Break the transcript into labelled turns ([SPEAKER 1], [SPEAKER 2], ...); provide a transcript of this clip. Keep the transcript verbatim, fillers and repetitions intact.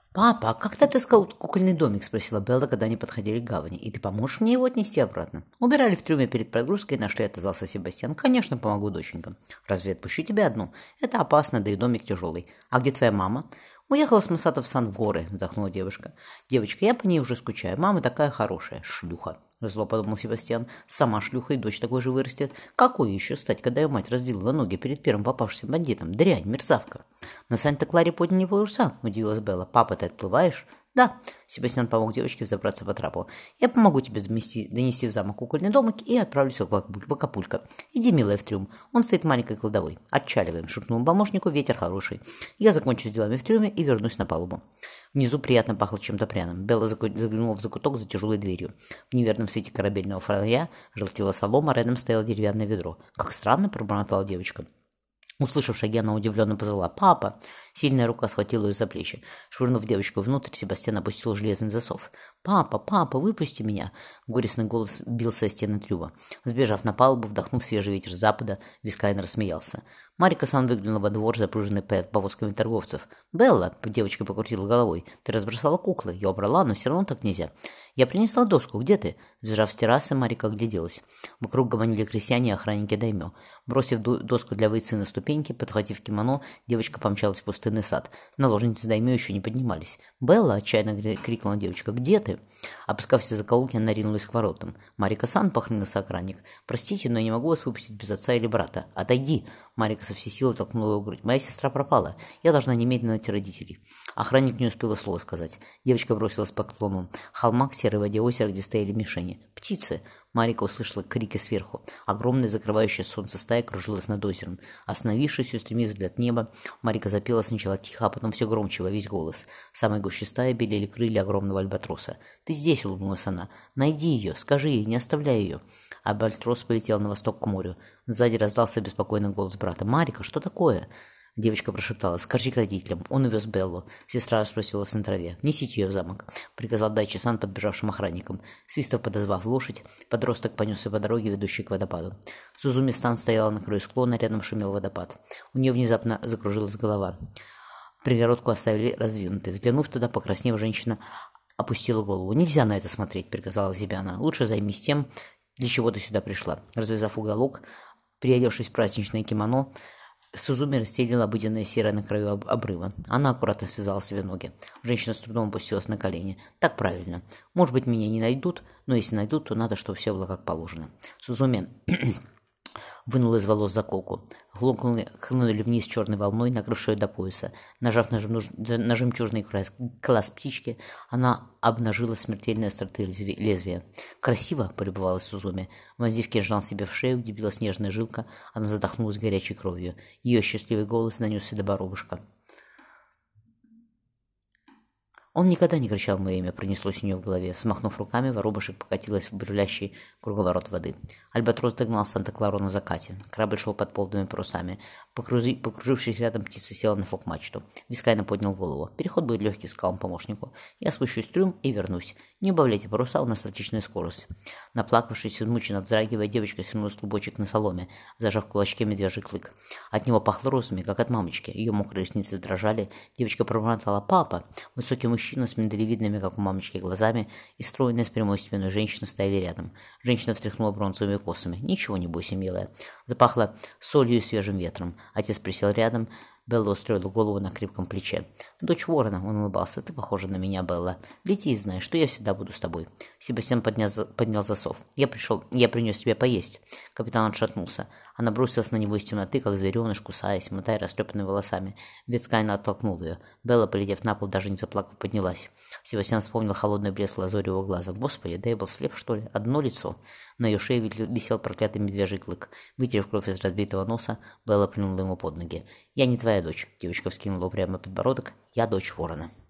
[SPEAKER 1] «Папа, а как ты отыскал кукольный домик?» – спросила Белла, когда они подходили к гавани. «И ты поможешь мне его отнести обратно?» «Убирали в трюме перед прогрузкой и нашли», – отозвался Себастьян. «Конечно, помогу, доченька. Разве отпущу тебя одну? Это опасно, да и домик тяжелый. А где твоя мама?» «Уехала с Масатов в Сан в горы», – вздохнула девушка. «Девочка, я по ней уже скучаю. Мама такая хорошая. Шлюха». Зло подумал Себастьян. «Сама шлюха и дочь такой же вырастет. Какой еще стать, когда ее мать раздвинула ноги перед первым попавшимся бандитом? Дрянь, мерзавка». «На Санта-Кларе подняли паруса», – удивилась Белла. «Папа, ты отплываешь?» «Да», – Себастьян помог девочке взобраться по трапу. «Я помогу тебе донести, донести в замок кукольный домик и отправлюсь в Акапулько. Иди, милая, в трюм. Он стоит в маленькой кладовой. Отчаливаем», – шепнул помощнику. «Ветер хороший. Я закончу с делами в трюме и вернусь на палубу». Внизу приятно пахло чем-то пряным. Белла заглянула в закуток за тяжелой дверью. В неверном свете корабельного фонаря желтела солома, рядом стояло деревянное ведро. «Как странно», – пробормотала девочка. Услышав шаги, она удивленно позвала: «Папа!» Сильная рука схватила ее за плечи. Швырнув девочку внутрь, Себастьян опустил железный засов. «Папа, папа, выпусти меня!» Горестный голос бился о стены трюма. Сбежав на палубу, вдохнув свежий ветер с запада, Вискайн рассмеялся. Марика-сан выглянула во двор, запруженный повозками торговцев. «Белла!» – девочка покрутила головой. «Ты разбросала куклы. Я убрала, но все равно так нельзя». «Я принесла доску. Где ты?» Сбежав с террасы, Марика огляделась. Вокруг гомонили крестьяне и охранники даймё. Бросив доску для выйти на ступеньки, подхватив кимоно, девочка помчалась в пустынный сад. Наложницы даймё еще не поднимались. «Белла!» – отчаянно крикнула девочка. «Где ты?» Опускав все закоулки, она ринулась к воротам. «Марика-сан!» – похренился охранник. «Простите, но я не могу вас выпустить без отца или брата. Отойди!» Марика со всей силы толкнула его в грудь. «Моя сестра пропала. Я должна немедленно найти родителей». Охранник не успел слова сказать. Девочка бросилась по склону холма к серой воде озера, где стояли мишени. «Птицы!» Марика услышала крики сверху. Огромная, закрывающая солнце стая кружилась над озером. Остановившись, устремив взгляд в небо, Марика запела сначала тихо, а потом все громче, во весь голос. В самой гуще стаи белели крылья огромного альбатроса. «Ты здесь!» — улыбнулась она. «Найди ее! Скажи ей! Не оставляй ее!» Альбатрос полетел на восток к морю. Сзади раздался беспокойный голос брата. «Марика, что такое?» Девочка прошептала: «Скажи к родителям». Он увез Беллу. Сестра расспросилась на траве. «Несите ее в замок», — приказал Дайчи-сан подбежавшим охранникам. Свистов подозвав лошадь, подросток понесся по дороге, ведущей к водопаду. Сузуми-сан стояла на краю склона, рядом шумел водопад. У нее внезапно закружилась голова. Пригородку оставили раздвинутой. Взглянув туда, покраснев, женщина опустила голову. «Нельзя на это смотреть», — приказала себе она. «Лучше займись тем, для чего ты сюда пришла». Развязав уголок, приодевшись в праздничное кимоно, Сузуми расстелила обыденное серое на краю об- обрыва. Она аккуратно связала себе ноги. Женщина с трудом опустилась на колени. «Так правильно. Может быть, меня не найдут, но если найдут, то надо, чтобы все было как положено». Сузуми вынул из волос заколку. Хлопнули, хлынули вниз черной волной, накрывшей до пояса. Нажав на, жем- на жемчужный край класс птички, она обнажила смертельной остроты лезвия. лезвия. «Красиво!» — полюбовалась Сузуми. Вонзив кинжал себе в шею, где била снежная жилка, она задохнулась горячей кровью. Ее счастливый голос донесся до воробушка. «Он никогда не кричал мое имя», — пронеслось у нее в голове. Взмахнув руками, воробушек покатилась в бурлящий круговорот воды. Альбатрос догнал Санта-Клару на закате. Корабль шел под полными парусами. Покрузи... Покружившись рядом, птица села на фок-мачту. Вискайна поднял голову. «Переход будет легкий», — сказал он помощнику. «Я спущусь в трюм и вернусь. Не убавляйте паруса, у нас отличная скорость». Наплакавшись, измученно вздрагивая, девочка свернулась в клубочек на соломе, зажав кулачки медвежий клык. От него пахло розами, как от мамочки. Ее мокрые ресницы дрожали. Девочка пробормотала: «Папа!» Высокий мужчина с миндалевидными, как у мамочки, глазами и стройная с прямой спиной женщина стояли рядом. Женщина встряхнула бронзовыми косами. «Ничего не бойся, милая». Запахло солью и свежим ветром. Отец присел рядом. Белла устроила голову на крепком плече. «Дочь ворона», — он улыбался, — «ты похожа на меня, Белла. Лети и знай, что я всегда буду с тобой». Себастьян поднял, поднял засов. «Я пришел, я принес тебе поесть». Капитан отшатнулся. Она бросилась на него из темноты, как звереныш, кусаясь, мотая растрепанными волосами. Вискайна оттолкнул ее. Белла, полетев на пол, даже не заплакав, поднялась. Себастьян вспомнил холодный блеск лазоревого глаза. Господи, да я был слеп, что ли? Одно лицо. На ее шее висел проклятый медвежий клык. Вытерев кровь из разбитого носа, Белла плюнула ему под ноги. «Я не твоя дочь», — девочка вскинула прямо подбородок. «Я дочь ворона».